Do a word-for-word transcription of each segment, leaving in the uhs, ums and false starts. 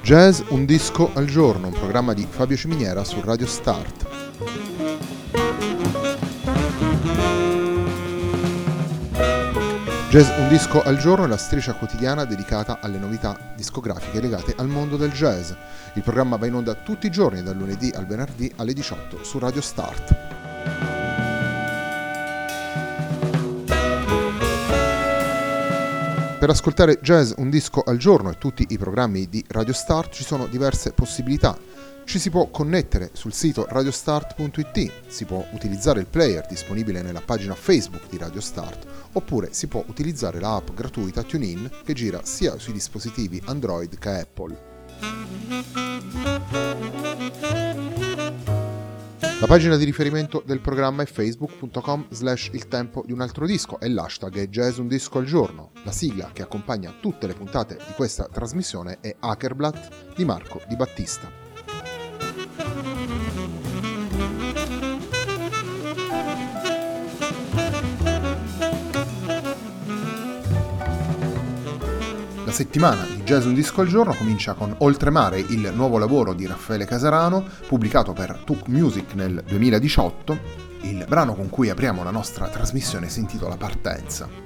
Jazz un disco al giorno, un programma di Fabio Ciminiera su Radio Start. Jazz un disco al giorno è la striscia quotidiana dedicata alle novità discografiche legate al mondo del jazz. Il programma va in onda tutti i giorni, dal lunedì al venerdì alle diciotto su Radio Start. Per ascoltare Jazz un disco al giorno e tutti i programmi di Radio Start ci sono diverse possibilità. Ci si può connettere sul sito radiostart punto it, si può utilizzare il player disponibile nella pagina Facebook di Radio Start, oppure si può utilizzare la app gratuita TuneIn che gira sia sui dispositivi Android che Apple. La pagina di riferimento del programma è facebook punto com slash il tempo di un altro disco e l'hashtag è Jazz un disco al giorno. La sigla che accompagna tutte le puntate di questa trasmissione è Hackerblatt di Marco Di Battista. La settimana di Jazz un disco al giorno comincia con Oltremare, il nuovo lavoro di Raffaele Casarano, pubblicato per Tuk Music nel duemiladiciotto. Il brano con cui apriamo la nostra trasmissione si intitola Partenza.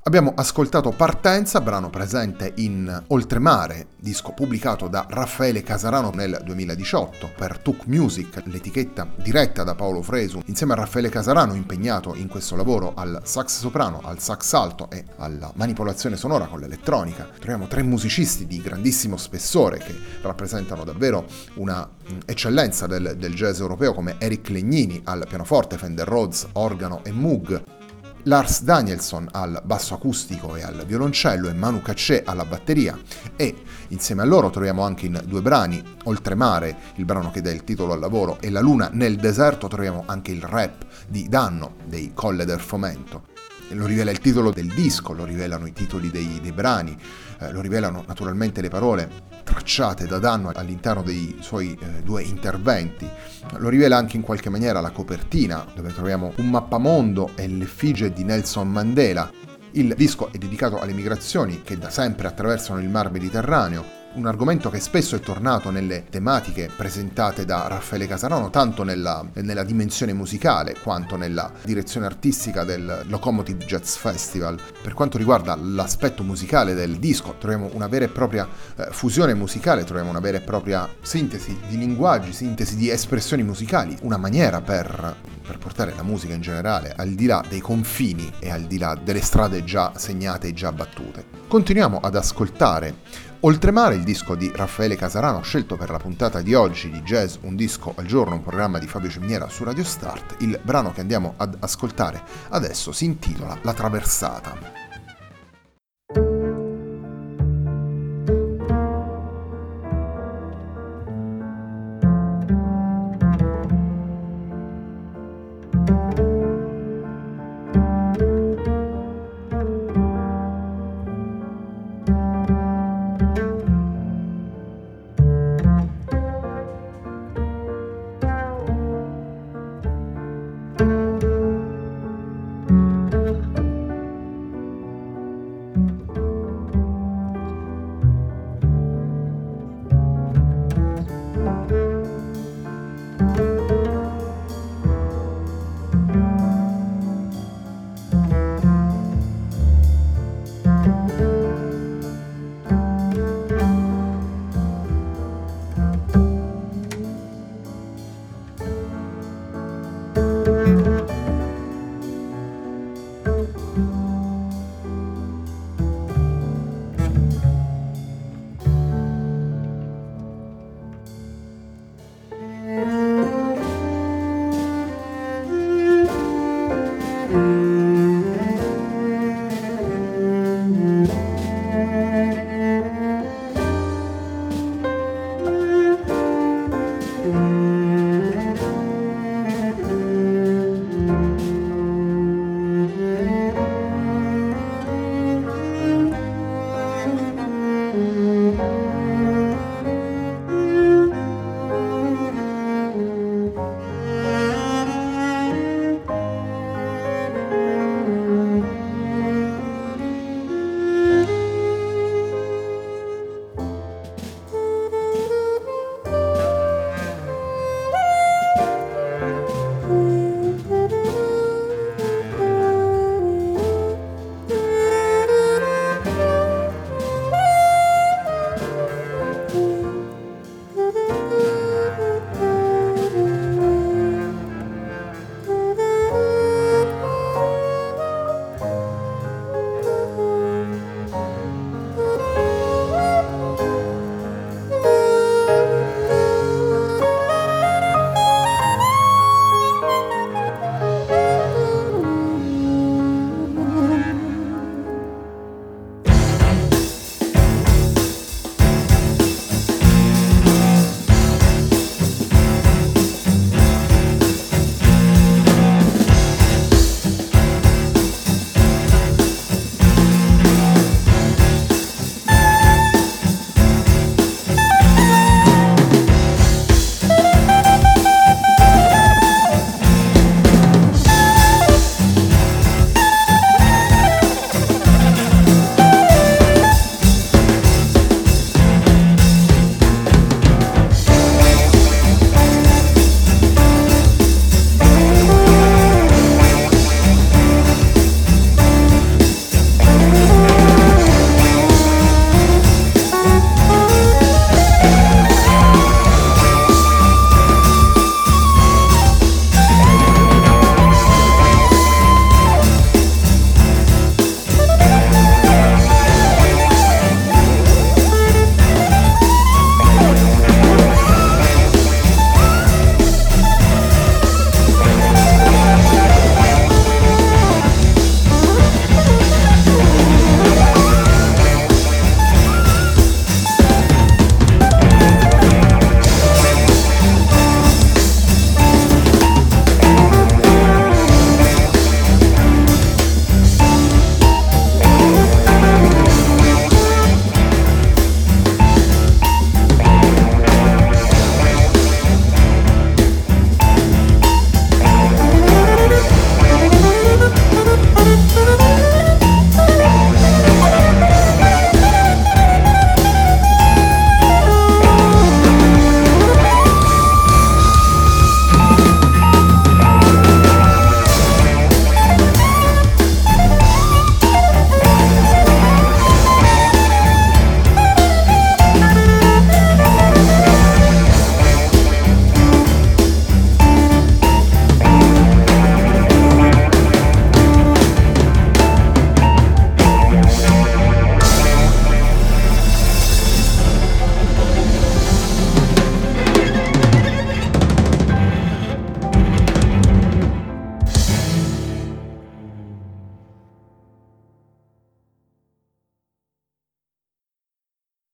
Abbiamo ascoltato Partenza, brano presente in Oltremare, disco pubblicato da Raffaele Casarano nel duemiladiciotto per Tuk Music, l'etichetta diretta da Paolo Fresu, insieme a Raffaele Casarano impegnato in questo lavoro al sax soprano, al sax alto e alla manipolazione sonora con l'elettronica. Troviamo tre musicisti di grandissimo spessore che rappresentano davvero una eccellenza del, del jazz europeo, come Eric Legnini al pianoforte, Fender Rhodes, organo e Moog, Lars Danielsson al basso acustico e al violoncello e Manu Katché alla batteria, e insieme a loro troviamo anche in due brani, Oltremare, il brano che dà il titolo al lavoro, e La luna nel deserto, troviamo anche il rap di Danno dei Colle del Fomento. Lo rivela il titolo del disco, lo rivelano i titoli dei, dei brani, eh, lo rivelano naturalmente le parole tracciate da Danno all'interno dei suoi eh, due interventi. Lo rivela anche in qualche maniera la copertina, dove troviamo un mappamondo e l'effigie di Nelson Mandela. Il disco è dedicato alle migrazioni che da sempre attraversano il Mar Mediterraneo, un argomento che spesso è tornato nelle tematiche presentate da Raffaele Casarano, tanto nella, nella dimensione musicale quanto nella direzione artistica del Locomotive Jazz Festival. Per quanto riguarda l'aspetto musicale del disco, troviamo una vera e propria eh, fusione musicale, troviamo una vera e propria sintesi di linguaggi, sintesi di espressioni musicali, una maniera per, per portare la musica in generale al di là dei confini e al di là delle strade già segnate e già battute. Continuiamo ad ascoltare Oltremare, il disco di Raffaele Casarano scelto per la puntata di oggi di Jazz Un Disco al Giorno, un programma di Fabio Ciminiera su Radio Start. Il brano che andiamo ad ascoltare adesso si intitola La Traversata.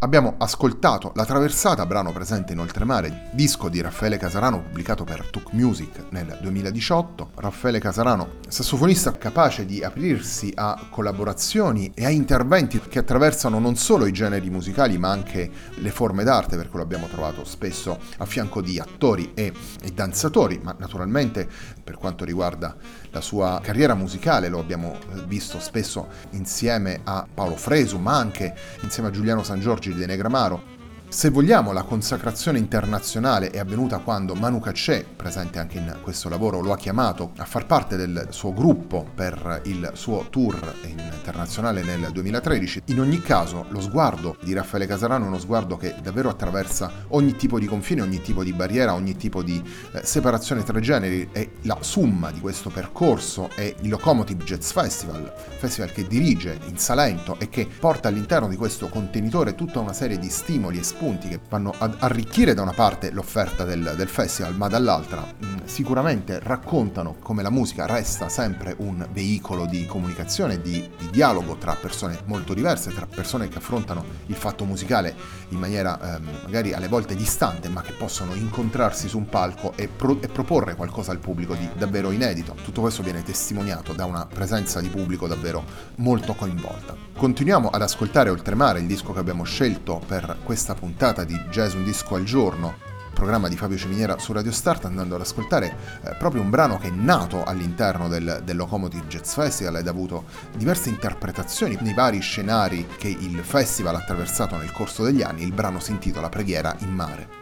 Abbiamo ascoltato La Traversata, brano presente in Oltremare, disco di Raffaele Casarano pubblicato per Tuk Music nel duemiladiciotto. Raffaele Casarano, sassofonista capace di aprirsi a collaborazioni e a interventi che attraversano non solo i generi musicali ma anche le forme d'arte, perché lo abbiamo trovato spesso a fianco di attori e, e danzatori, ma naturalmente per quanto riguarda la sua carriera musicale lo abbiamo visto spesso insieme a Paolo Fresu, ma anche insieme a Giuliano San Giorgi di Negramaro. Se vogliamo, la consacrazione internazionale è avvenuta quando Manu Katché, presente anche in questo lavoro, lo ha chiamato a far parte del suo gruppo per il suo tour internazionale nel duemilatredici. In ogni caso, lo sguardo di Raffaele Casarano è uno sguardo che davvero attraversa ogni tipo di confine, ogni tipo di barriera, ogni tipo di eh, separazione tra generi, e la summa di questo percorso è il Locomotive Jazz Festival, festival che dirige in Salento e che porta all'interno di questo contenitore tutta una serie di stimoli e spunti che vanno ad arricchire da una parte l'offerta del, del festival, ma dall'altra mh, sicuramente raccontano come la musica resta sempre un veicolo di comunicazione, di, di dialogo tra persone molto diverse, tra persone che affrontano il fatto musicale in maniera ehm, magari alle volte distante, ma che possono incontrarsi su un palco e, pro- e proporre qualcosa al pubblico di davvero inedito. Tutto questo viene testimoniato da una presenza di pubblico davvero molto coinvolta. Continuiamo ad ascoltare Oltremare, il disco che abbiamo scelto per questa puntata di Jazz Un Disco al Giorno, programma di Fabio Ciminiera su Radio Start, andando ad ascoltare eh, proprio un brano che è nato all'interno del, del Locomotive Jazz Festival ed ha avuto diverse interpretazioni nei vari scenari che il festival ha attraversato nel corso degli anni. Il brano si intitola Preghiera in mare.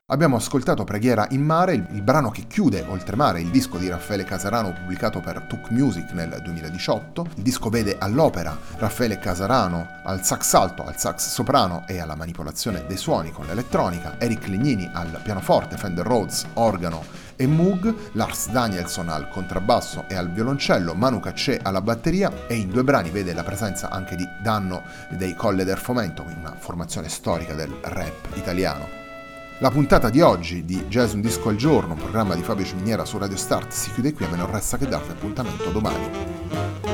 Abbiamo ascoltato Preghiera in mare, il, il brano che chiude Oltremare, il disco di Raffaele Casarano pubblicato per Tuk Music nel duemiladiciotto. Il disco vede all'opera Raffaele Casarano al sax alto, al sax soprano e alla manipolazione dei suoni con l'elettronica, Eric Legnini al pianoforte, Fender Rhodes, organo e Moog, Lars Danielsson al contrabbasso e al violoncello, Manu Katché alla batteria, e in due brani vede la presenza anche di Danno dei Colle del Fomento, una formazione storica del rap italiano. La puntata di oggi di Jazz Un Disco al Giorno, un programma di Fabio Ciminiera su Radio Start, si chiude qui, a me non resta che darvi appuntamento domani.